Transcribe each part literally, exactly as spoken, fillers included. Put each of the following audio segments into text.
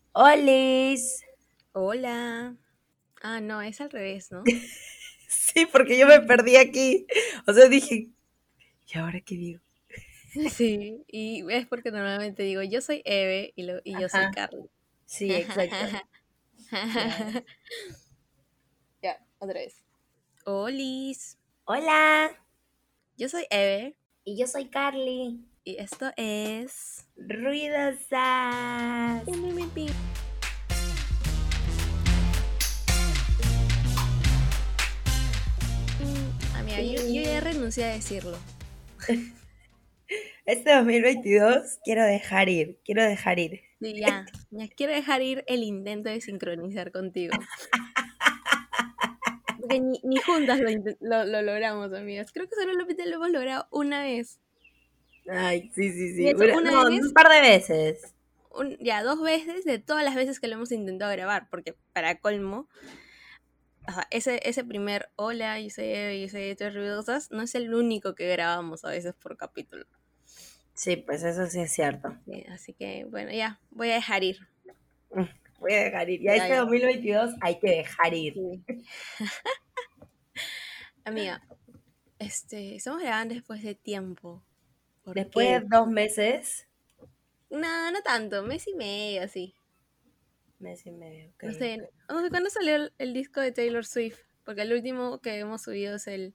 ¡Olis! Hola. Ah, no, es al revés, ¿no? Sí, porque yo me perdí aquí. O sea, dije, ¿y ahora qué digo? Sí, y es porque normalmente digo, yo soy Eve y, lo, y yo soy Ajá, Carly. sí, exacto. Ya. Ya, otra vez. Olis. Hola, Yo soy Eve y yo soy Carly. y esto es... Ruidosas. Pim, pim, pim, pim. Mm, Amiga, yo, yo ya Sí. renuncié a decirlo. Este dos mil veintidós quiero dejar ir, quiero dejar ir. Sí, ya, ya quiero dejar ir el intento de sincronizar contigo. Porque ni, ni juntas lo, inten- lo, lo logramos, amigas. Creo que solamente lo hemos logrado una vez. Ay, sí, sí, De sí. hecho, Bueno, una no, un vez, par de veces. un- ya dos veces de todas las veces que lo hemos intentado grabar, porque para colmo, o sea, ese, ese primer hola, yo soy Eve, yo soy Tres Ruidosas, no es el único que grabamos a veces por capítulo. Sí, pues eso sí es cierto. Sí, así que, bueno, ya, voy a dejar ir. Mm, Voy a dejar ir. Ya Ya, este ya. dos mil veintidós hay que dejar ir. Sí. Amiga, este, estamos grabando después de tiempo. ¿Por Después qué? de dos meses, No, no tanto, mes y medio, así. mes y medio, ok, No ok. sé, no sé cuándo salió el, el disco de Taylor Swift, porque el último que hemos subido es el,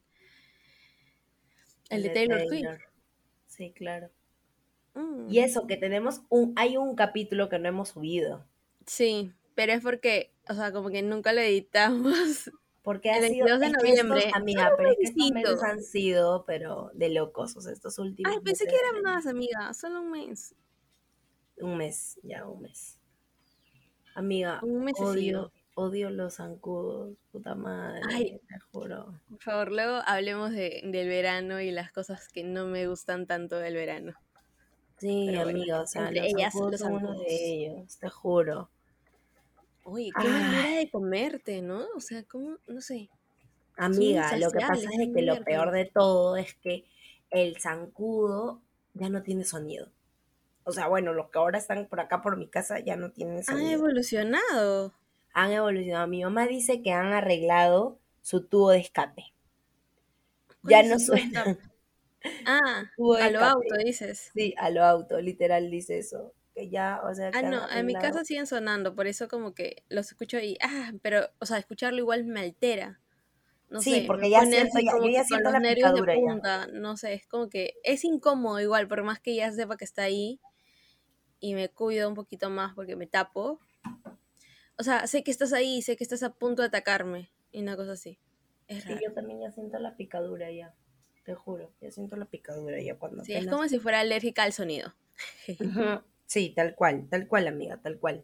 el El de de Taylor Swift. Taylor. Sí, claro. Y Mm. eso, que tenemos un, hay un capítulo que no hemos subido. Sí, pero es porque, o sea, como que nunca lo editamos. Porque ha El sido, veintidós de es que estos, noviembre. Solo amiga, pero es un que estos meses mesito. han sido, pero de locos, o sea, estos Ay, últimos pensé que meses era de más, amiga. Solo un mes. un mes, ya un mes. Amiga, Un mesecillo. odio, odio los zancudos, puta Ay, madre, te juro. por favor, luego hablemos de, del verano y las cosas que no me gustan tanto del verano. Sí, Pero bueno, amiga, o sea, entre los ellas, zancudos los son uno de zancudos. ellos, te juro. Oye, qué manera Ay, de comerte, ¿no? O sea, ¿cómo? No sé. Son amiga, lo que pasa insaciables, es de son que lo peor miércoles. de todo es que el zancudo ya no tiene sonido. O sea, bueno, los que ahora están por acá por mi casa ya no tienen Han sonido. evolucionado. Han evolucionado. Mi mamá dice que han arreglado su tubo de escape. ¿Cuál Ya es no su tubo de escape? suena Ah, tubo de a lo auto, escape. dices. Sí, a lo auto, literal dice eso. Que ya, o sea, Ah, que han no, en mi arreglado. casa siguen sonando, por eso como que los escucho y, ah, pero, o sea, escucharlo igual me altera. No Sí, sé, me porque ya pone siento, así ya, yo como ya que con siento los la nervios de picadura ya. punta, no sé, es como que es incómodo igual, por más que ya sepa que está ahí y me cuido un poquito más porque me tapo. O sea, sé que estás ahí, sé que estás a punto de atacarme y una cosa así. Es Sí, raro. yo también ya siento la picadura ya. Te juro, ya siento la picadura ya cuando Sí, es apenas. como si fuera alérgica al sonido. Ujú. Sí, tal cual, tal cual, amiga, tal cual.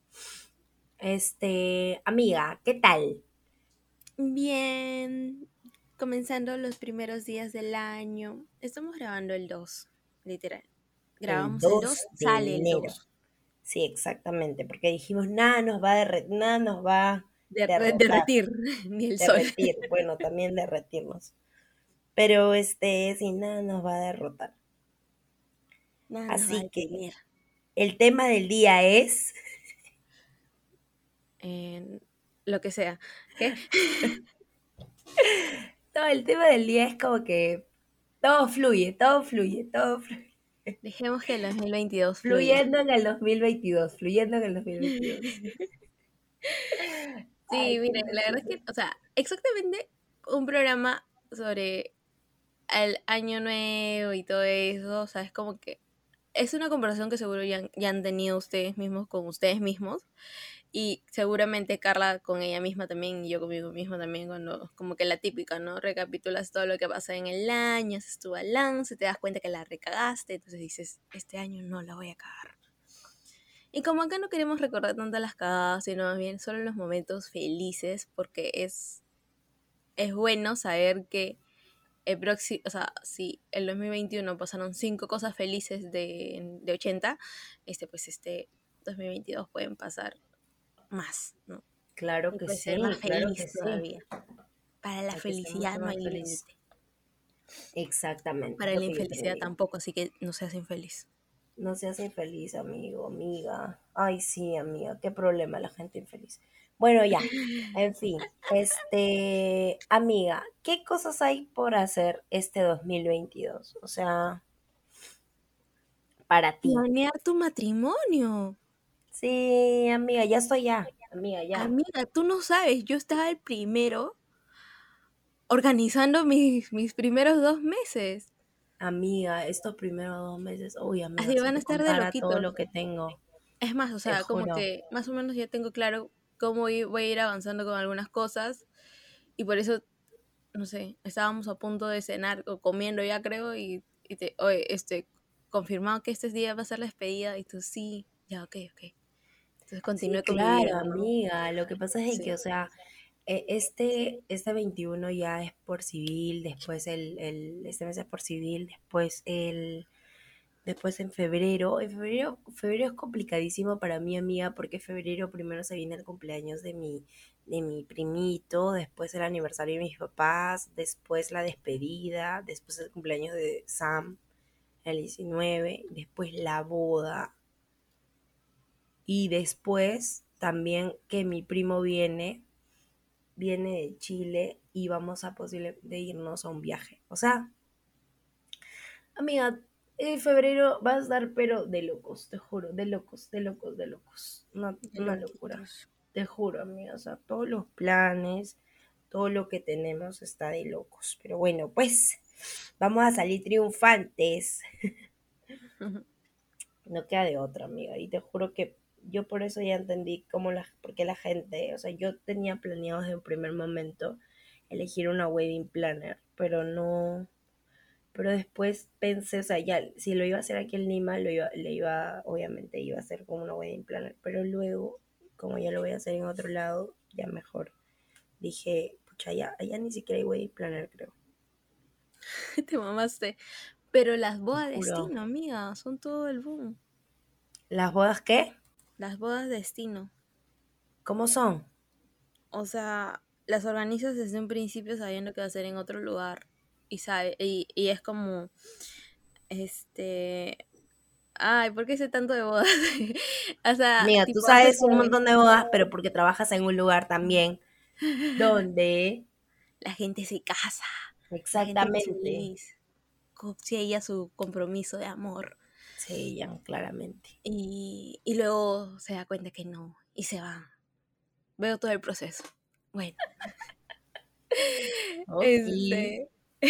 Este, amiga, ¿qué tal? Bien, comenzando los primeros días del año. Estamos grabando el dos, literal. El Grabamos el dos dos, de sale el enero. dos. Sí, exactamente, porque dijimos, nada nos va a derre- nada nos va a De, de- derrotar, derretir, ni el sol. derretir, bueno, también derretirnos. Pero este, sí, nada nos va a derrotar. Nada nos va a Así que detener. el tema del día es, En lo que sea. ¿Qué? no, el tema del día es como que todo fluye, todo fluye, todo fluye. Dejemos que el dos mil veintidós fluya. Fluyendo en el dos mil veintidós, fluyendo en el dos mil veintidós. Sí, Ay, qué mire, la verdad es gracioso. que, o sea, exactamente un programa sobre el año nuevo y todo eso, o sea, es como que es una conversación que seguro ya, han- ya han tenido ustedes mismos con ustedes mismos y seguramente Carla con ella misma también y yo conmigo mismo también cuando como que la típica, ¿no? Recapitulas todo lo que pasa en el año, haces tu balance, te das cuenta que la recagaste, entonces dices, este año no la voy a cagar. Y como acá no queremos recordar tanto las cagadas, sino más bien solo los momentos felices, porque es, es bueno saber que el próximo, o sea, si el dos mil veintiuno pasaron cinco cosas felices de, de ochenta, este, pues este dos mil veintidós pueden pasar más, ¿no? Claro Y que puede ser más sí, claro que feliz sí. todavía. Para la Hay que ser felicidad mucho no más hay feliz. límite. Exactamente, es Para lo la que yo también infelicidad digo. tampoco, así que no seas infeliz. No seas infeliz, amigo, amiga. Ay, sí, amiga, qué problema la gente infeliz. Bueno, ya, en fin, este, amiga, ¿qué cosas hay por hacer este dos mil veintidós? O sea, para ti. Planear tu matrimonio. Sí, amiga, ya estoy ya, amiga, ya. Amiga, tú no sabes, yo estaba el primero organizando mis, mis primeros dos meses. Amiga, estos primeros dos meses, uy, amiga, Así si van a te estar de contara todo loquitos. lo que tengo, Es más, o te sea, como juro. que más o menos ya tengo claro cómo voy voy a ir avanzando con algunas cosas y por eso, no sé, estábamos a punto de cenar o comiendo ya creo y, y te, oye, este, confirmado que este día va a ser la despedida y tú sí, ya, ok, ok. Entonces Sí, continué con mi claro, vida, ¿no? amiga. Lo que pasa es Sí. que, o sea, e- este, este veintiuno ya es por civil, después el, el, este mes es por civil, después el, después en febrero. En febrero, febrero es complicadísimo para mí, amiga, porque febrero primero se viene el cumpleaños de mi, de mi primito, después el aniversario de mis papás, después la despedida, después el cumpleaños de Sam, el diecinueve, después la boda. Y después también que mi primo viene, viene de Chile y vamos a posible de irnos a un viaje. O sea, amiga, en febrero va a estar pero de locos, te juro, de locos, de locos, de locos. Una, De una locura. loquitos. Te juro, amiga. O sea, todos los planes, todo lo que tenemos está de locos. Pero bueno, pues vamos a salir triunfantes. No queda de otra, amiga. Y te juro que yo por eso ya entendí cómo la, por qué la gente, o sea, yo tenía planeado desde un primer momento elegir una wedding planner, pero no, pero después pensé, o sea, ya, si lo iba a hacer aquí en Lima, lo iba, le iba, obviamente iba a hacer como una wedding planner, pero luego, como ya lo voy a hacer en otro lado, ya mejor. Dije, pucha, ya, allá ni siquiera hay wedding planner, creo. Te mamaste. Pero las Te bodas de juro. destino, amiga, son todo el boom. ¿Las bodas qué? Las bodas de destino. ¿Cómo son? O sea, las organizas desde un principio sabiendo que va a ser en otro lugar. Y sabe, y, y es como, este, ay, ¿por qué sé tanto de bodas? O sea, Mira, tú tipo, antes sabes un que montón de bodas, pero porque trabajas en un lugar también donde la gente se casa, la gente es exactamente feliz, co- sella su compromiso de amor. se veían claramente. Y, y luego se da cuenta que no, y se van. Veo todo el proceso. Bueno, Ok. este.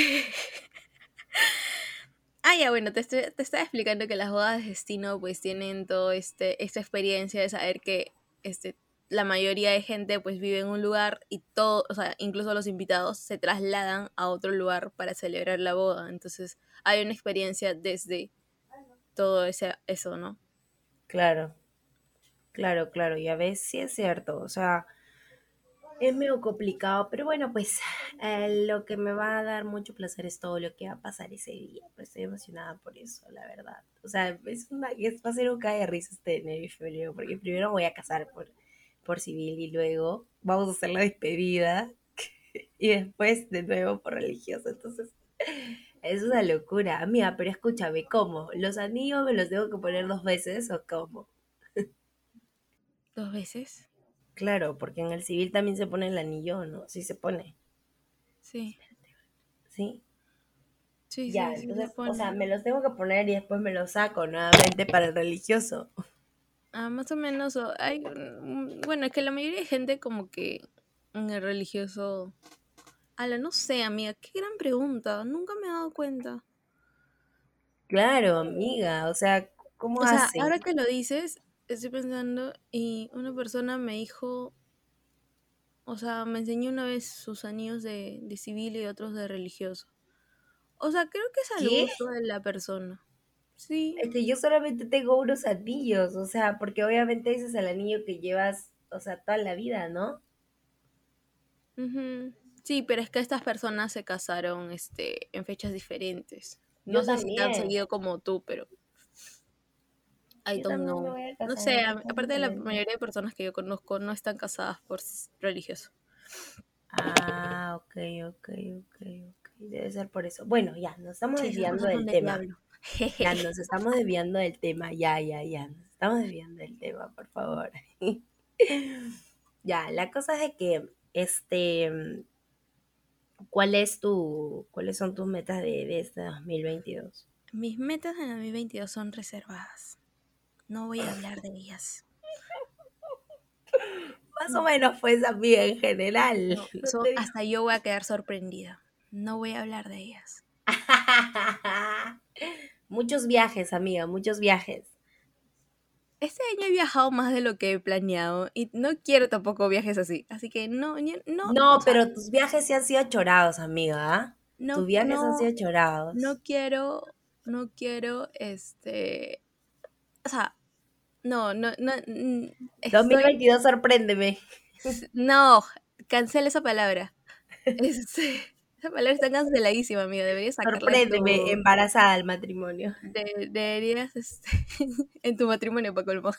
Ah, ya, bueno, te, estoy- te estaba explicando que las bodas de destino pues tienen todo este, esta experiencia de saber que este, la mayoría de gente pues vive en un lugar y todo, o sea, incluso los invitados se trasladan a otro lugar para celebrar la boda. Entonces hay una experiencia desde todo ese, eso, ¿no? Claro, claro, claro, ya ves, sí es cierto, o sea, es medio complicado, pero bueno, pues eh, lo que me va a dar mucho placer es todo lo que va a pasar ese día, pues estoy emocionada por eso, la verdad. O sea, es una, es, va a ser un cae de risa este enero y febrero, porque primero voy a casar por, por civil y luego vamos a hacer la despedida y después de nuevo por religioso, entonces es una locura, amiga, pero escúchame, ¿cómo? ¿Los anillos me los tengo que poner dos veces o cómo? Dos veces. Claro, porque en el civil también se pone el anillo, ¿no? Sí se pone, Sí, ¿sí? sí, Ya, sí, sí se entonces, o sea, pone. me los tengo que poner y después me los saco nuevamente para el religioso. Ah, más o menos, o hay, mm, bueno, es que la mayoría de gente como que en el religioso. Ala, no sé, amiga, qué gran pregunta. Nunca me he dado cuenta. Claro, amiga, o sea, ¿cómo O sea, hacen? ahora que lo dices, estoy pensando y una persona me dijo, o sea, me enseñó una vez sus anillos de, de civil y otros de religioso. O sea, creo que es al ¿Qué? gusto de la persona. Sí. Es que yo solamente tengo unos anillos, o sea, porque obviamente ese es el anillo que llevas, o sea, toda la vida, ¿no? Ujú. Sí, pero es que estas personas se casaron, este, en fechas diferentes. No Yo sé si tan también, seguido como tú, pero I yo don't también me know. voy a No casar sé, en a- fechas aparte de la diferentes. mayoría de personas que yo conozco no están casadas por s- religioso. Ah, ok, ok, ok, ok. Debe ser por eso. Bueno, ya, nos estamos Sí, esas desviando cosas son del del tema. diablo. Ya nos estamos desviando del tema, ya, ya, ya, nos estamos desviando del tema, por favor. Ya, la cosa es de que, este, ¿cuál es tu, cuáles son tus metas de, de este dos mil veintidós? Mis metas en dos mil veintidós son reservadas. No voy a hablar de ellas. Más o No, menos pues amiga en general. no, No so- te digo. hasta yo voy a quedar sorprendida. No voy a hablar de ellas. Muchos viajes, amiga, muchos viajes. Este año he viajado más de lo que he planeado y no quiero tampoco viajes así. Así que no, yo- no, o No, sea, pero tus viajes sí han sido chorados, amiga. ¿Ah? Tus no, viajes han no, sido chorados. no quiero, no quiero, este, o sea, no, no, no, mm, Dos mil estoy, veintidós, sorpréndeme. no, cancela esa palabra. Este, esa palabra está canceladísima, amigo. Deberías sacarla de Sorpréndeme, tu, embarazada al matrimonio. de- deberías, este, en tu matrimonio, para colmo.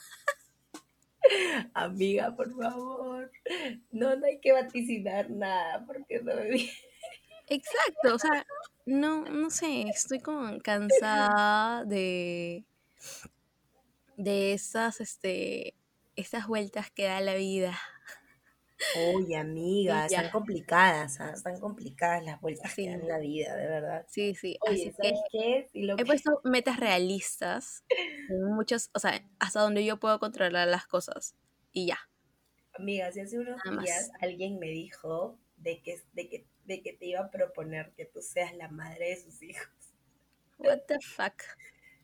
Amiga, por favor. No, no hay que vaticinar nada porque no me viene. Exacto, o sea, no, no sé, estoy como cansada de, de esas, este, estas vueltas que da la vida. Oye, Y amiga, ya, están complicadas, ¿ah? Están complicadas las vueltas que dan sí, la vida, de verdad. sí, sí. Oye, Así que ¿sabes qué? Si lo he que... puesto metas realistas, en muchos, o sea, hasta donde yo puedo controlar las cosas. Y ya, Amiga, si hace unos nada días más. alguien me dijo de que, de que, de que te iba a proponer que tú seas la madre de sus hijos. What the fuck.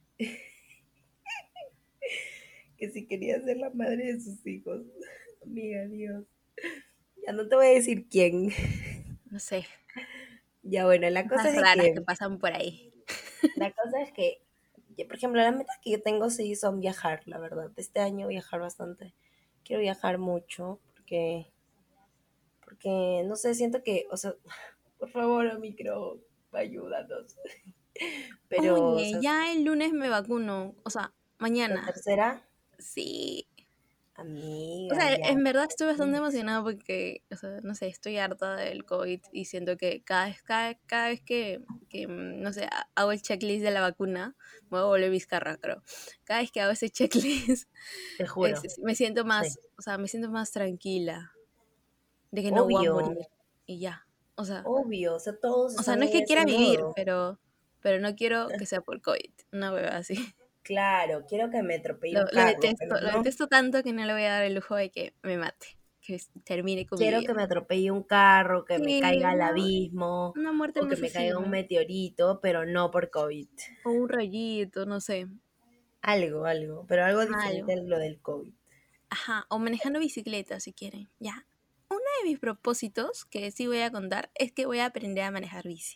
Que si quería ser la madre de sus hijos. Amiga, Dios. Ya no te voy a decir quién. No sé, Ya bueno, la cosa cosas es de raras que que, pasan por ahí. la cosa es que, yo, por ejemplo, las metas que yo tengo sí son viajar, la verdad. Este año viajar bastante. Quiero viajar mucho porque, porque, no sé, siento que, o sea, por favor, micro, ayúdanos. Pero, o Oye, sea, ya el lunes me vacuno, o sea, la mañana. tercera, Sí. O amiga, sea, ya, en verdad estoy bastante pues. emocionada porque, o sea, no sé, estoy harta del COVID y siento que cada vez, cada, cada vez que, que, mm, no sé, ha- hago el checklist de la vacuna, me voy a volver bizcarra, creo. Cada vez que hago ese checklist, Te juro, este, me siento sí. más, o sea, me siento más tranquila de que no voy a Obvio, morir y ya. O sea, obvio, o sea, todos o sea, están no es en que ese quiera vivir, modo. pero, pero no quiero que sea por COVID, una hueva así. Claro, quiero que me atropelle Lo, un lo carro, detesto, pero lo no. detesto tanto que no le voy a dar el lujo de que me mate, que s- termine con mi Quiero vida. que me atropelle un carro, que me Sí, caiga al una, abismo una muerte o en que me caiga un asesino. meteorito, pero no por COVID. O un rayito, no sé. Algo, algo, pero algo diferente Algo. a lo del COVID. Ajá. O manejando bicicleta, si quieren. Ya. Uno de mis propósitos, que sí voy a contar, es que voy a aprender a manejar bici.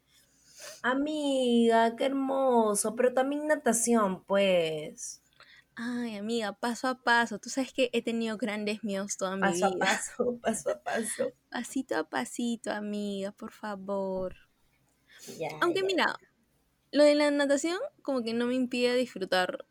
Amiga, qué hermoso, pero también natación, pues. Ay, amiga, paso a paso. Tú sabes que he tenido grandes miedos toda mi Paso a vida. paso, paso a paso. Pasito a pasito, amiga, por favor. Ya, Aunque ya, mira, lo de la natación como que no me impide disfrutar,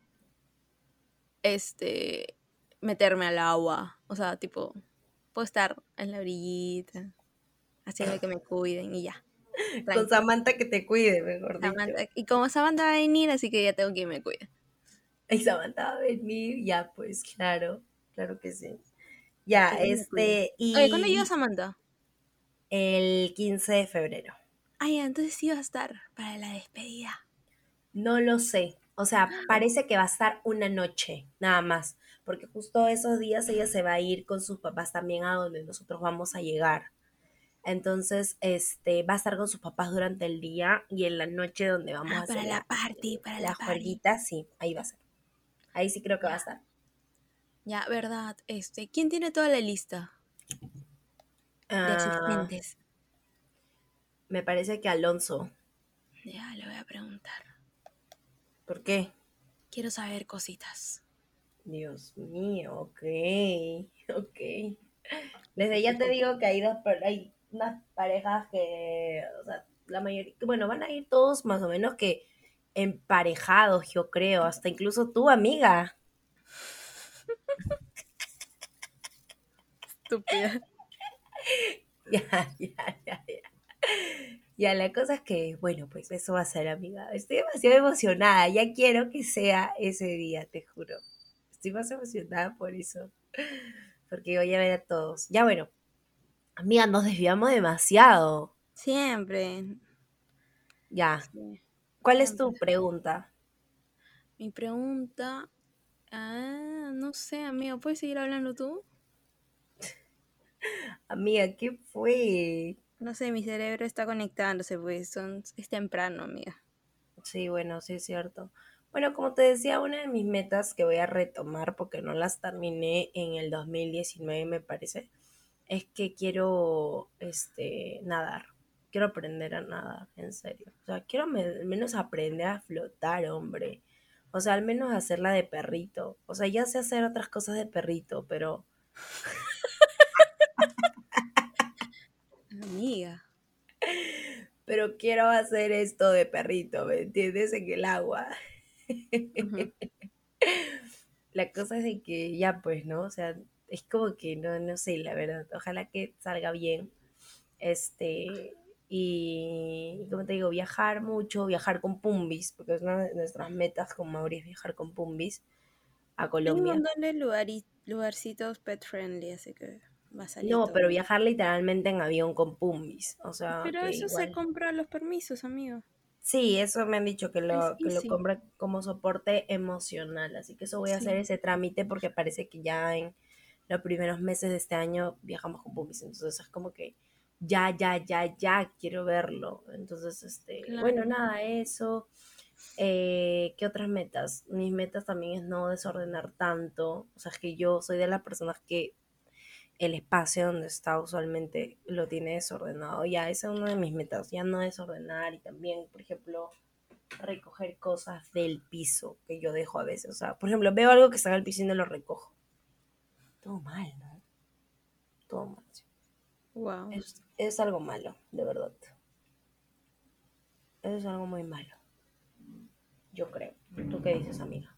este, meterme al agua. O sea, tipo, puedo estar en la orillita, haciendo que me cuiden y ya, con tranqui. Samantha que te cuide, mejor dicho. Samantha, y como Samantha va a venir, así que ya tengo que me cuide. Y Samantha va a venir, ya, pues, claro, claro que sí. Ya, Ella me cuida. este, Oye, ¿cuándo llega y Samantha? el quince de febrero. Ah, ya, entonces sí va a estar para la despedida. No lo sé. O sea, parece que va a estar una noche, nada más. Porque justo esos días ella se va a ir con sus papás también a donde nosotros vamos a llegar. Entonces, este, va a estar con sus papás durante el día y en la noche donde vamos Ah, a hacer para la la, party, para la la party. juerguita, sí, ahí va a ser. Ahí sí creo que va a Ya, estar. ya, verdad. Este, ¿quién tiene toda la lista de Ah, asistentes? me parece que Alonso. Ya, le voy a preguntar. ¿Por qué? Quiero saber cositas. Dios mío, ok, ok. Desde ya te Cositas. digo que hay dos, per- hay unas parejas que, o sea, la mayoría, bueno, van a ir todos más o menos que emparejados, yo creo, hasta incluso tu amiga. Estúpida. Ya, ya, ya, ya. Ya, la cosa es que, bueno, pues eso va a ser, amiga. Estoy demasiado emocionada. Ya quiero que sea ese día, te juro. Estoy más emocionada por eso. Porque voy a ver a todos. Ya, bueno, amiga, nos desviamos demasiado. Siempre, Ya. sí, ¿Cuál es siempre. tu pregunta? Mi pregunta, ah, no sé, amigo, ¿puedes seguir hablando tú? Amiga, ¿qué fue? No sé, mi cerebro está conectándose, pues son, es temprano, amiga. Sí, bueno, sí es cierto. Bueno, como te decía, una de mis metas que voy a retomar porque no las terminé en el dos mil diecinueve, me parece, es que quiero, este, nadar. Quiero aprender a nadar, en serio. O sea, quiero me- al menos aprender a flotar, hombre. O sea, al menos hacerla de perrito. O sea, ya sé hacer otras cosas de perrito, pero, Amiga. pero quiero hacer esto de perrito, ¿me entiendes? En el agua. Ujú. La cosa es de que ya pues, ¿no? O sea, es como que no, no sé, la verdad. Ojalá que salga bien. Este, y como te digo, viajar mucho, viajar con Pumbis, porque es una de nuestras metas con Mauri es viajar con Pumbis a Hay un Colombia. montón de lugares, lugarcitos pet friendly, así que va a salir No, todo pero bien. viajar literalmente en avión con Pumbis. O sea, Pero que eso se igual. compra los permisos, amigo. Sí, eso me han dicho que Es lo, que lo easy. compre como soporte emocional. Así que eso voy a hacer Sí, ese trámite porque parece que ya en los primeros meses de este año viajamos con Pumis. Entonces es como que ya, ya, ya, ya quiero verlo. Entonces, este, bueno, claro. nada, eso. Eh, ¿qué otras metas? Mis metas también es no desordenar tanto. O sea, es que yo soy de las personas que el espacio donde está usualmente lo tiene desordenado. Ya, esa es una de mis metas, ya no desordenar y también, por ejemplo, recoger cosas del piso que yo dejo a veces. O sea, por ejemplo, veo algo que está en el piso y no lo recojo. Todo mal, ¿no? Todo mal. Sí. Wow. Es, es algo malo, de verdad. Eso es algo muy malo, yo creo. ¿Tú qué dices, amiga?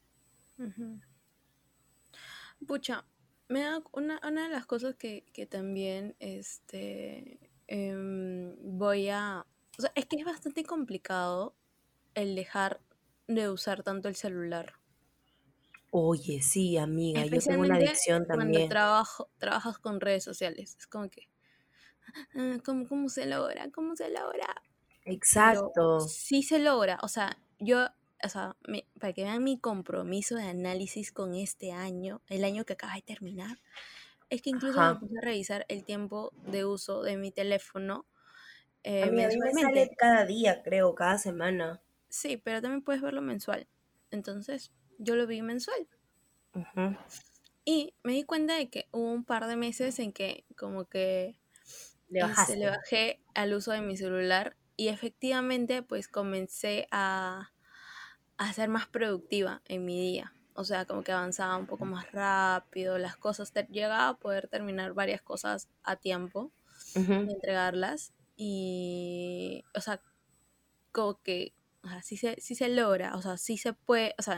Pucha, me da una, una de las cosas que, que también este em, voy a. O sea, es que es bastante complicado el dejar de usar tanto el celular. Oye, sí, amiga, yo tengo una Especialmente adicción cuando también. trabajo, trabajas con redes sociales. Es como que, ah, ¿cómo, cómo se logra? ¿Cómo se logra? Pero Exacto. sí se logra. O sea, yo, o sea, me- para que vean mi compromiso de análisis con este año, el año que acaba de terminar, es que incluso me Ajá. puse a revisar el tiempo de uso de mi teléfono eh, Amiga, a mí me sale mensualmente. cada día, creo, cada semana. Sí, pero también puedes verlo mensual. Entonces, yo lo vi mensual. Ujú. Y me di cuenta de que hubo un par de meses en que como que Le este, le bajaste. bajé al uso de mi celular y efectivamente pues comencé a, a ser más productiva en mi día. O sea, como que avanzaba un poco más rápido, las cosas, te- llegaba a poder terminar varias cosas a tiempo Ujú. y entregarlas. Y, o sea, como que, o sea, sí se, sí se logra, o sea, sí se puede, o sea,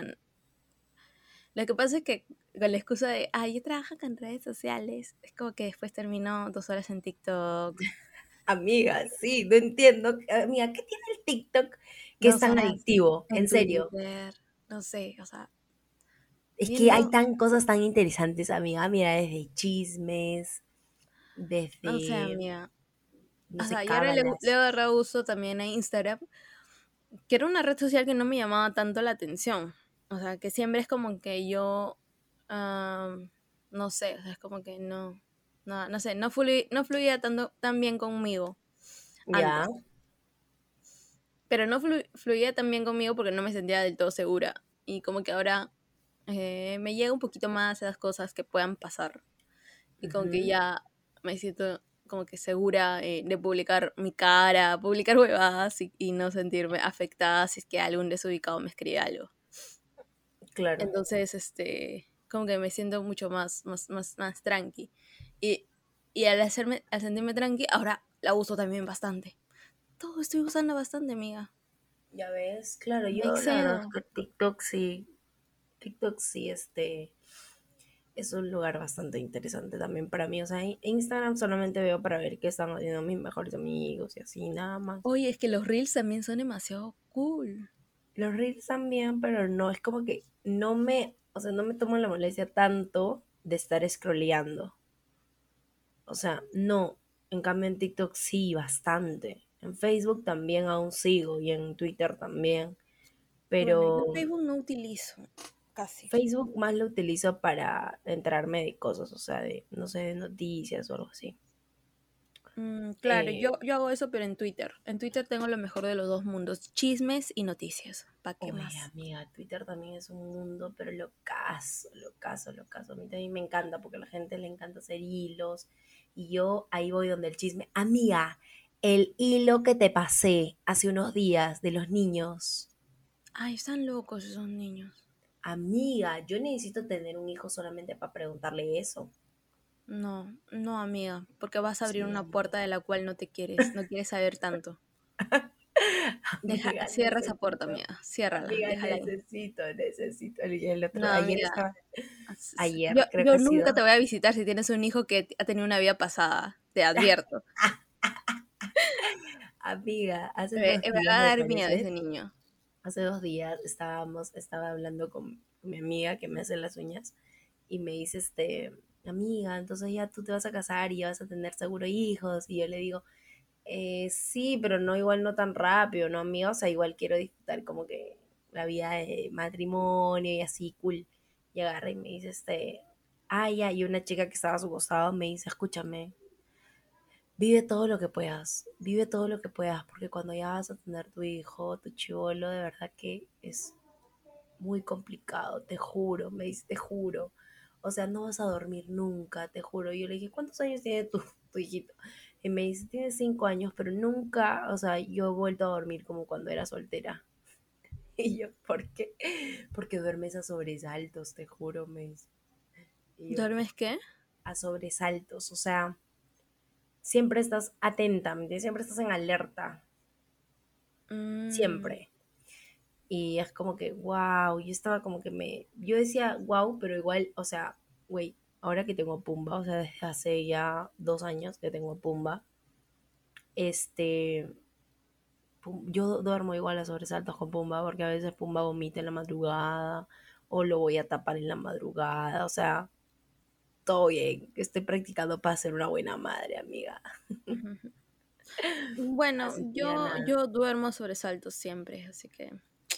lo que pasa es que con la excusa de, ah, yo trabajo con redes sociales, es como que después termino dos horas en TikTok, Amiga, sí, no entiendo. Amiga, ¿qué tiene el TikTok que es dos tan horas adictivo? En en serio. Twitter, no sé, o sea, Es que hay viendo, tan cosas tan interesantes, amiga. Mira, desde chismes, no sé, desde, amiga. no O sé, sea, y ahora le, le cábalas. agarré uso también a Instagram, que era una red social que no me llamaba tanto la atención. O sea, que siempre es como que yo, am, no sé, o sea, es como que no, no, no sé, no, flui- no fluía tanto, tan bien conmigo Ya. antes. Pero no flu- fluía tan bien conmigo porque no me sentía del todo segura. Y como que ahora eh, me llega un poquito más esas cosas que puedan pasar. Y como que Ujú. ya me siento como que segura eh, de publicar mi cara, publicar huevadas y, y no sentirme afectada si es que algún desubicado me escribe algo. Claro. Entonces, este, como que me siento mucho más, más, más, más tranqui. Y, y al hacerme, al sentirme tranqui, ahora la uso también bastante. Todo estoy usando bastante, amiga. Ya ves, claro, Me yo la verdad es excedo. que TikTok sí, TikTok sí, este, es un lugar bastante interesante también para mí. O sea, en Instagram solamente veo para ver qué están haciendo mis mejores amigos y así, nada más. Oye, es que los reels también son demasiado cool. Los reels también, pero no, es como que no me, o sea, no me tomo la molestia tanto de estar scrolleando. O sea, no. En cambio en TikTok sí, bastante. En Facebook también aún sigo y en Twitter también. Bueno, yo Pero Facebook no utilizo casi. Facebook más lo utilizo para enterarme de cosas, o sea, de, no sé, de noticias o algo así. Mm, claro, yo, Eh, yo hago eso, pero en Twitter. En Twitter tengo lo mejor de los dos mundos, chismes y noticias. ¿Para qué Oye, más? amiga, Twitter también es un mundo, pero lo caso, lo caso, lo caso. A mí también me encanta porque a la gente le encanta hacer hilos y yo ahí voy donde el chisme. Amiga, el hilo que te pasé hace unos días de los niños. Ay, están locos esos niños. Amiga, yo necesito tener un hijo solamente para preguntarle eso. No, no, amiga, porque vas a abrir Sí, una puerta de amiga. la cual no te quieres, no quieres saber tanto. Deja, Amiga, cierra esa puerta, necesito. amiga, ciérrala, Amiga, déjala ahí. necesito, necesito. El, el No, otro, ayer amiga, estaba, as- as- yo, ayer creo que yo ha sido. nunca te voy a visitar si tienes un hijo que ha tenido una vida pasada, te advierto. Amiga, hace Me, dos me días va a me dar miedo parece, ese niño. hace dos días estábamos, estaba hablando con mi amiga que me hace las uñas y me dice, este, amiga, entonces ya tú te vas a casar y ya vas a tener seguro hijos. Y yo le digo, eh, sí, pero no igual no tan rápido, ¿no, amiga? O sea, igual quiero disfrutar como que la vida de matrimonio y así, cool. Y agarra y me dice, este, ah, ya, y una chica que estaba a su costado me dice, escúchame, vive todo lo que puedas, vive todo lo que puedas, porque cuando ya vas a tener tu hijo, tu chivolo, de verdad que es muy complicado, te juro, me dice, te juro. O sea, no vas a dormir nunca, te juro. Y yo le dije, ¿cuántos años tiene tu, tu hijito? Y me dice, tiene cinco años, pero nunca, o sea, yo he vuelto a dormir como cuando era soltera. Y yo, ¿por qué? Porque duermes a sobresaltos, te juro, me dice. Y yo, ¿Duermes qué? a sobresaltos, o sea, siempre estás atenta, ¿me entiendes? Siempre estás en alerta, Mm, siempre. Y es como que, wow, yo estaba como que me, yo decía, wow, pero igual, o sea, güey, ahora que tengo a Pumba, o sea, desde hace ya dos años que tengo a Pumba, este, Pum- yo duermo igual a sobresaltos con Pumba, porque a veces Pumba vomita en la madrugada, o lo voy a tapar en la madrugada, o sea, todo bien, estoy practicando para ser una buena madre, amiga. ujú. Bueno, Así que ya yo, nada, yo duermo sobre saltos siempre, así que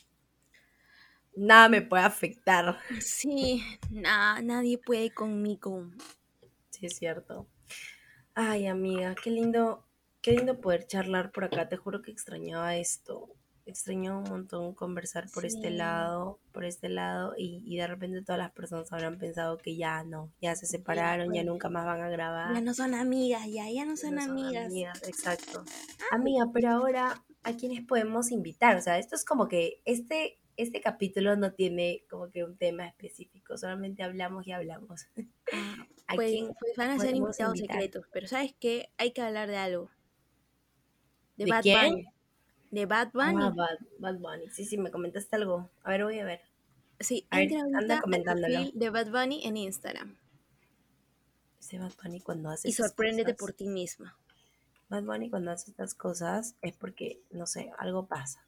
nada me puede afectar, sí, nada, nadie puede conmigo. sí es cierto. Ay, amiga, qué lindo, qué lindo poder charlar por acá. Te juro que extrañaba esto. Extrañaba un montón conversar por este Sí, lado, por este lado, y, y de repente todas las personas habrán pensado que ya no, ya se ya separaron, ya fue. nunca más van a Ya grabar, no son amigas, ya, ya no ya son no son amigas. amigas, exacto. Amiga, pero ahora, ¿a quiénes podemos invitar? O sea, esto es como que este, este capítulo no tiene como que un tema específico, solamente hablamos y hablamos. Ah, ¿A pues, quién pues van a ser podemos invitados invitar? secretos, pero ¿sabes qué? Hay que hablar de algo, de ¿De Bad quién? Bunny. ¿De Bad Ah, Bunny? Bad, Bad Bunny. Sí, sí, me comentaste algo. A ver, voy a ver. Sí, A ver, entra anda ahorita al comentándolo. perfil de Bad Bunny en Instagram Ese Bad Bunny cuando hace y esas sorpréndete cosas, por ti misma. Bad Bunny cuando hace estas cosas es porque, no sé, algo pasa.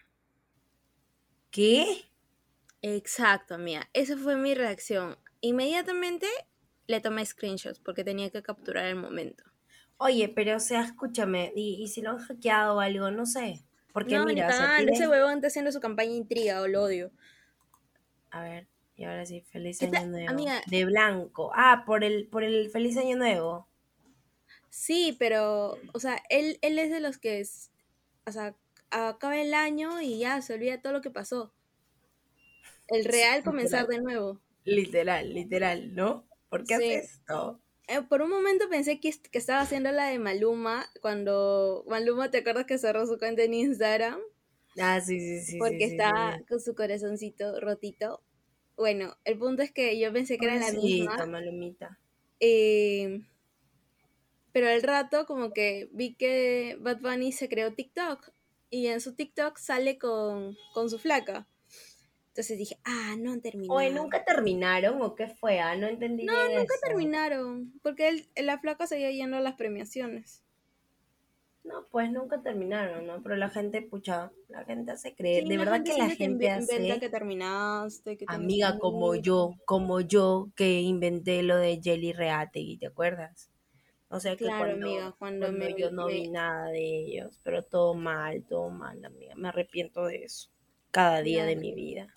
¿Qué? Exacto, amiga. Esa fue mi reacción. Inmediatamente le tomé screenshots porque tenía que capturar el momento. Oye, pero o sea, escúchame, y, y si lo han hackeado o algo, no sé. Porque No, ni mira, o sea, cagando. Ese tienes. huevón está haciendo su campaña intriga o lo odio. A ver, y ahora sí, feliz Está, año nuevo. amiga, De blanco. Ah, por el, por el feliz año nuevo. sí, pero, o sea, él, él es de los que, es, o sea, acaba el año y ya se olvida todo lo que pasó. El Sí, real comenzar literal. de nuevo. Literal, literal, ¿no? ¿Por qué Sí. haces esto? Eh, por un momento pensé que, est- que estaba haciendo la de Maluma, cuando Maluma, ¿te acuerdas que cerró su cuenta en Instagram? Ah, sí, sí, sí, sí, Porque sí, sí. estaba con su corazoncito rotito. Bueno, el punto es que yo pensé que era la misma, Pobrecita, Malumita. eh, pero al rato como que vi que Bad Bunny se creó TikTok y en su TikTok sale con, con su flaca. Entonces dije, ah, no han Oye, terminado. ¿nunca terminaron o qué fue? Ah, no entendí No, bien nunca eso. terminaron, porque él, la flaca seguía yendo a las premiaciones. No, pues nunca terminaron, ¿no? Pero la gente, pucha, la gente hace creer. Sí, De la verdad gente que la siempre te gente inve- inventa hace, que terminaste, que tienes amiga, un como hijo. yo, como yo, que inventé lo de Jelly Reategui, ¿te acuerdas? O sea que Claro, cuando, amiga, cuando cuando me, yo no vi me, nada de ellos, pero todo mal, todo mal, amiga. Me arrepiento de eso. Cada día de claro, mi vida.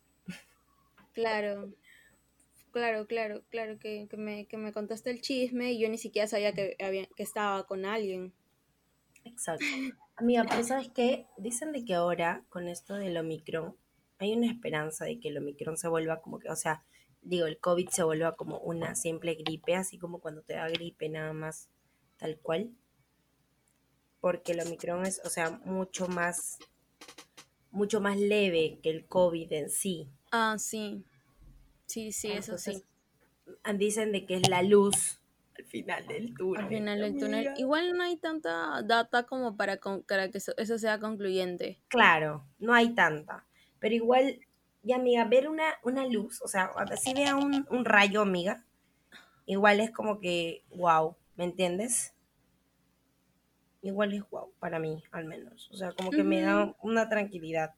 claro, claro, claro, claro, que, que me, que me contaste el chisme y yo ni siquiera sabía que, había, que estaba con alguien. Exacto. Amiga, pero ¿sabes qué? Dicen de que ahora, con esto del Omicron, hay una esperanza de que el Omicron se vuelva como que, o sea, digo, el COVID se vuelva como una simple gripe, así como cuando te da gripe nada más, tal cual, porque el Omicron es, o sea, mucho más, mucho más leve que el COVID en sí. Ah, sí, sí, sí, eso sí. Entonces, dicen de que es la luz al final del Al túnel, final del túnel, amiga. igual no hay tanta data como para, con- para que eso, eso sea concluyente. Claro, no hay tanta, pero igual, ya amiga, ver una, una luz, o sea, si vea un, un rayo, amiga, igual es como que, wow, ¿me entiendes? Igual es wow, para mí, al menos. O sea, como que me Ujú. da una tranquilidad,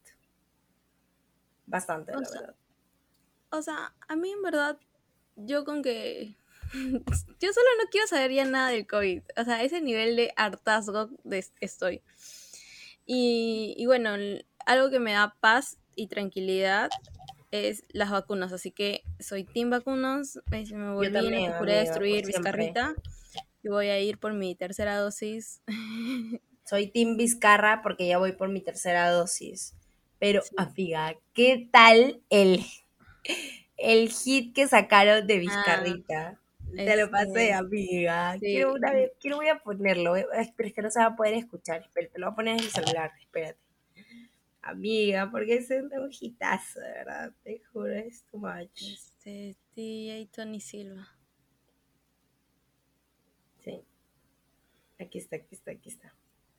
bastante, O la sea, verdad. o sea, a mí en verdad, yo con que... Yo solo no quiero saber ya nada del COVID. O sea, ese nivel de hartazgo de estoy. Y, y bueno, l- algo que me da paz y tranquilidad es las vacunas. Así que soy team vacunas. eh, Me Yo volví en el que también, juré amiga, por destruir siempre. Vizcarrita. Y voy a ir por mi tercera dosis. Soy Team Vizcarra porque ya voy por mi tercera dosis. Pero, Sí. amiga, ¿qué tal el, el hit que sacaron de Ah, Vizcarrita? Te lo pasé, este, amiga. Quiero sí. una vez, quiero voy a ponerlo. eh, Pero es que no se va a poder escuchar. Espera, te lo voy a poner en el celular. Espérate. Amiga, porque es un un hitazo, de verdad. Te juro, es too much. Este, D J Tony Silva. Sí, aquí está, aquí está, aquí está.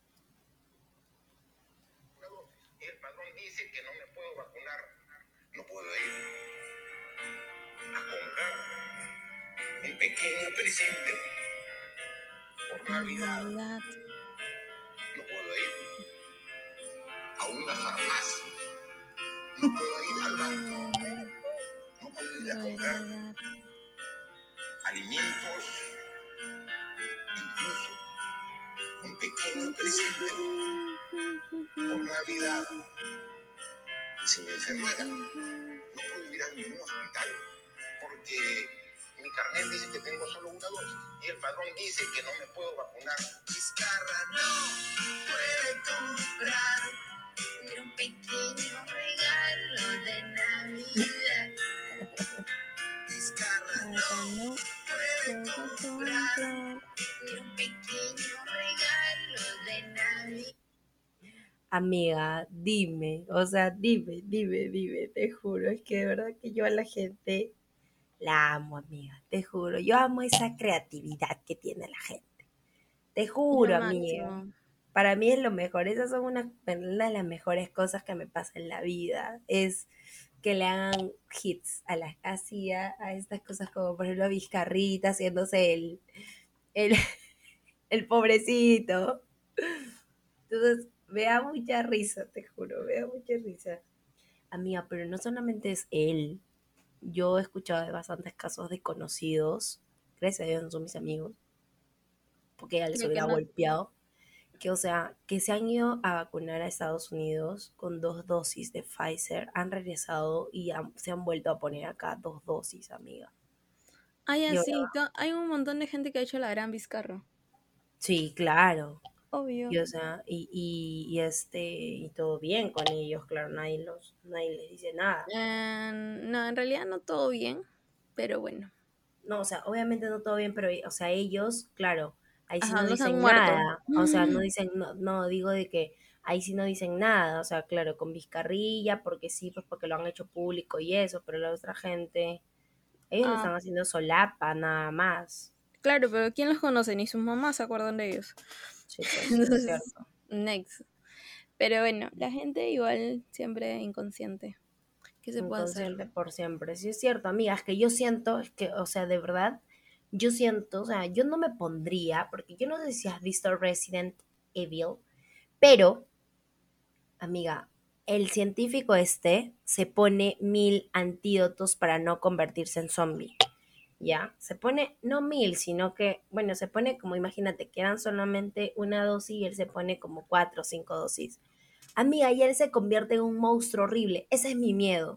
El padrón dice que no me puedo vacunar. No puedo ir a comprar un pequeño presente por Navidad. Navidad. No puedo ir a una farmacia. No puedo ir al banco. No puedo ir a comprar alimentos, incluso un pequeño presente por Navidad. Si me enfermara, no puedo ir a ningún hospital porque mi carnet dice que tengo solo una dosis y el padrón dice que no me puedo vacunar. Vizcarra no puede comprar ni un pequeño regalo de Navidad. Vizcarra no puede comprar ni un pequeño regalo de Navidad. Amiga, dime, o sea, dime, dime, dime, te juro, es que de verdad que yo a la gente la amo, amiga, te juro, yo amo esa creatividad que tiene la gente, te Lo juro, amiga, máximo. para mí es lo mejor, esas son una, una de las mejores cosas que me pasa en la vida, es que le hagan hits a las, así, a, a estas cosas como por ejemplo a Vizcarrita haciéndose el, el, el pobrecito, entonces me da mucha risa, te juro, me da mucha risa. Amiga, pero no solamente es él. Yo he escuchado de bastantes casos de conocidos, gracias a Dios no son mis amigos, porque ya les Ya que hubiera no. golpeado, que o sea, que se han ido a vacunar a Estados Unidos con dos dosis de Pfizer, han regresado y han- se han vuelto a poner acá dos dosis, amiga. Ah, ya Y sí. ahora, to- Hay un montón de gente que ha hecho la gran Vizcarra. sí, claro. Obvio. Y o sea, y, y, y este, y todo bien con ellos, claro, nadie los, nadie les dice nada. Eh, no, en realidad no todo bien, pero bueno. No, o sea, obviamente no todo bien, pero, o sea, ellos, claro, ahí sí Ajá, no no se han dicen muerto. nada, o sea, no dicen, no, no digo de que ahí sí no dicen nada, o sea, claro, con Vizcarrilla, porque sí, pues porque lo han hecho público y eso, pero la otra gente, ellos lo Ah, están haciendo solapa, nada más. claro, pero ¿quién los conoce? Ni sus mamás se acuerdan de ellos. Sí, pues, es Entonces, cierto. next. Pero bueno, la gente igual siempre inconsciente. ¿Qué se puede hacer? Inconsciente por siempre. Sí, es cierto, amiga, es que yo siento, es que, o sea, de verdad, yo siento, o sea, yo no me pondría, porque yo no sé si has visto Resident Evil, pero, amiga, el científico este se pone mil antídotos para no convertirse en zombie. ¿Ya? Se pone, no mil, sino que, bueno, se pone como, imagínate, que eran solamente una dosis y él se pone como cuatro o cinco dosis. Amiga, y él se convierte en un monstruo horrible. Ese es mi miedo.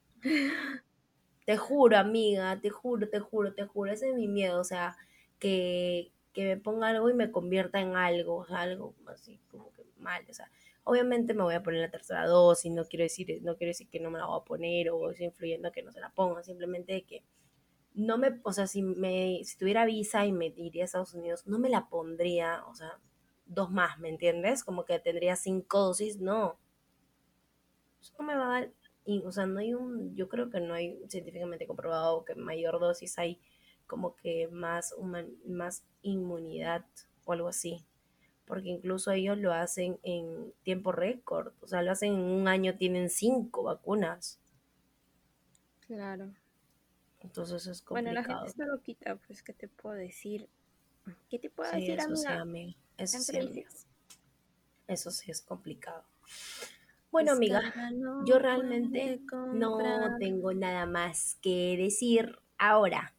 Te juro, amiga, te juro, te juro, te juro. Ese es mi miedo, o sea, que, que me ponga algo y me convierta en algo, o sea, algo así como que mal, o sea. Obviamente me voy a poner la tercera dosis, no quiero decir, no quiero decir que no me la voy a poner o estoy influyendo a que no se la ponga, simplemente que no me, o sea, si me, si tuviera visa y me iría a Estados Unidos, no me la pondría, o sea, dos más, ¿me entiendes? Como que tendría cinco dosis, no. Eso no me va a dar, y, o sea, no hay un, yo creo que no hay científicamente comprobado que mayor dosis hay como que más, human- más inmunidad o algo así. Porque incluso ellos lo hacen en tiempo récord, o sea, lo hacen en un año, tienen cinco vacunas. Claro. Entonces es Bueno, la gente complicado. está loquita, pues, ¿qué te puedo decir? ¿Qué te puedo Sí, decir, eso sí, amiga? amigo. Eso Están sí, amigo. crazies. Eso sí es complicado. Bueno, amiga, Descarga, yo no realmente puede no comprar. tengo nada más que decir ahora.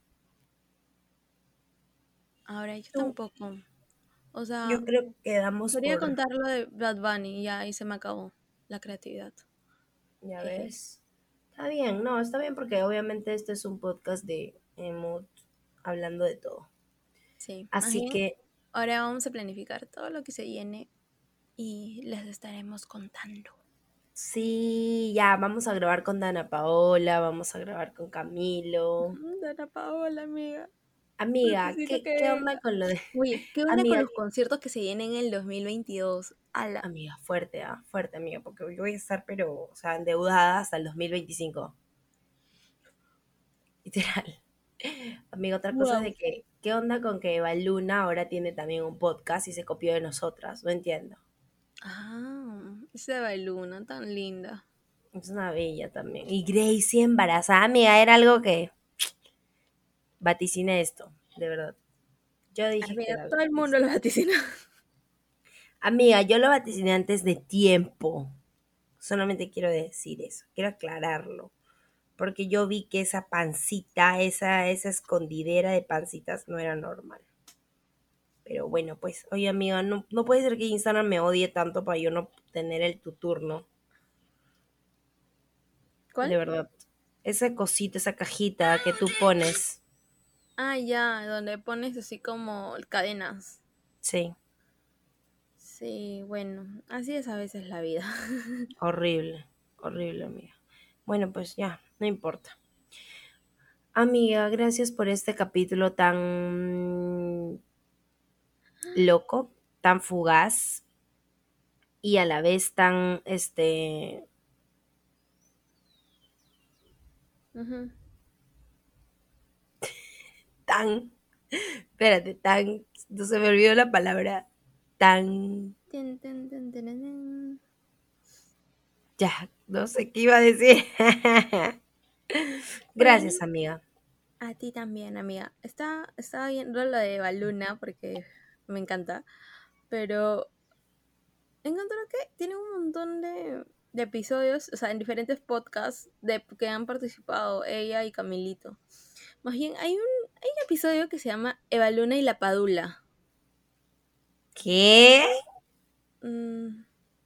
Ahora yo Tú, tampoco. O sea, yo creo que damos quería por, contar lo de Bad Bunny y ya ahí se me acabó la creatividad. ya Jeje. ves. Está bien, no, está bien porque obviamente este es un podcast de eh, mood hablando de todo. Sí, más Así bien, que ahora vamos a planificar todo lo que se viene y les estaremos contando. sí, ya vamos a grabar con Dana Paola, vamos a grabar con Camilo. Mm, Dana Paola, amiga. Amiga, Necesito ¿qué, que qué onda venga. con lo de... Oye, ¿qué onda con Amiga, los conciertos que se vienen en el dos mil veintidós? Ala. amiga, fuerte, ah, fuerte, amiga, porque yo voy a estar, pero, o sea, endeudada hasta el dos mil veinticinco, literal. Amiga, otra cosa es Wow. de que, ¿qué onda con que Eva Luna ahora tiene también un podcast y se copió de nosotras? No entiendo. Ah, esa bailuna tan linda. Es una bella también. Y Gracie embarazada, amiga, era algo que vaticiné esto, de verdad. Yo dije que Amiga, era algo todo el mundo Gracie. lo vaticina. Amiga, yo lo vaticiné antes de tiempo. Solamente quiero decir eso, quiero aclararlo. Porque yo vi que esa pancita, esa, esa escondidera de pancitas no era normal. Pero bueno, pues, oye amiga, no, no puede ser que Instagram me odie tanto para yo no tener el tu turno. ¿Cuál? De verdad. Esa cosita, esa cajita que tú pones. Ah, ya, donde pones así como cadenas. Sí, Sí, bueno, así es a veces la vida. horrible, horrible, amiga. Bueno, pues ya, no importa. Amiga, gracias por este capítulo tan loco, tan fugaz y a la vez tan, este, Ujú. tan, espérate, tan, no se me olvidó la palabra, tan, Tin, tin, tin, tin, tin, tin. ya, no sé qué iba a decir. Bueno, Gracias, amiga. a ti también, amiga. Está, estaba viendo lo de Baluna porque me encanta, pero encontré que tiene un montón de, de episodios, o sea, en diferentes podcasts de que han participado ella y Camilito. Más bien, hay un, hay un episodio que se llama Eva Luna y la Padula. ¿Qué? Mm,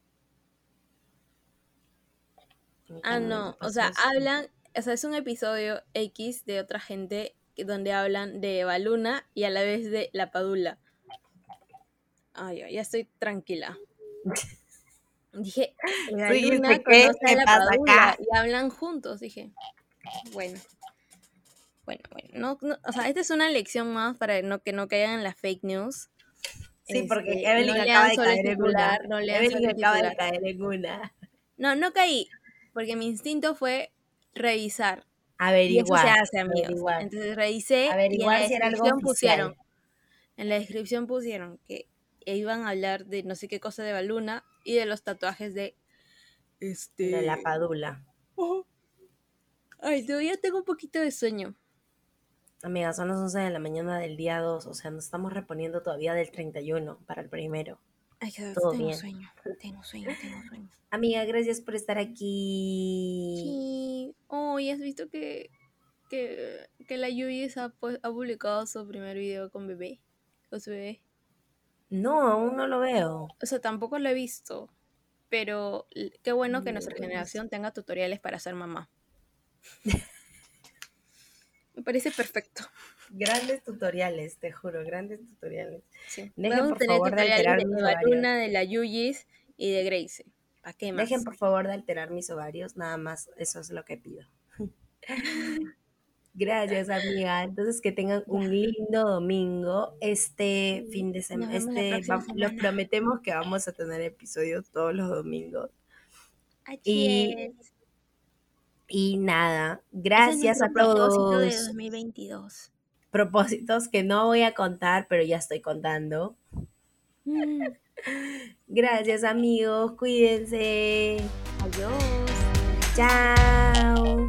Amiga, ah, no me no, o pasó sea, eso. hablan, o sea, es un episodio X de otra gente que- donde hablan de Eva Luna y a la vez de la Padula. Ay, ya, ya estoy tranquila. Dije, Tú Eva Luna dijiste, ¿qué? conoce a ¿Qué la pasa Padula acá? y hablan juntos. Dije, bueno, bueno, bueno. No, no, o sea, esta es una lección más para no, que no caigan en las fake news. Sí, porque Este, no Evelyn acaba lean de solo el caer en titular, una. no lean Evelyn solo el acaba de titular. caer en una. No, no caí, porque mi instinto fue revisar. Y eso se Averiguar, hace, amigos. averiguar. Entonces revisé y en la Averiguar si era algo descripción oficial. pusieron, en la descripción pusieron que iban a hablar de no sé qué cosa de Baluna y de los tatuajes de De la este. padula. Ojo. Ay, todavía tengo un poquito de sueño. Amiga, son las once de la mañana del día dos, o sea, nos estamos reponiendo todavía del treinta y uno para el primero. Ay, que Todo tengo bien. sueño. Tengo sueño, tengo sueño. Amiga, gracias por estar aquí. Sí. Oh, ¿y has visto que, que, que la Yuyis ha, pu- ha publicado su primer video con bebé? Con su bebé. No, aún no lo veo. O sea, tampoco lo he visto. Pero l- qué bueno que No, nuestra buenísimo. generación tenga tutoriales para ser mamá. Me parece perfecto. Grandes tutoriales, te juro, grandes tutoriales. Sí. Dejen Vamos a por tener favor de tutoriales alterar de mis Eva ovarios. Luna, de la Yuyis y de Grace. ¿Para qué Dejen más? por favor de alterar mis ovarios, nada más, eso es lo que pido. Gracias, amiga. Entonces que tengan Ya. un lindo domingo. Este Sí. fin de Nos semana, vemos la este, próxima va- los semana. prometemos que vamos a tener episodios todos los domingos. Así Y, es. y nada, Ese es gracias nuestro a propósito de todos. dos mil veintidós. Propósitos que no voy a contar, pero ya estoy contando. Mm, Gracias, amigos. Cuídense. adiós. Chao.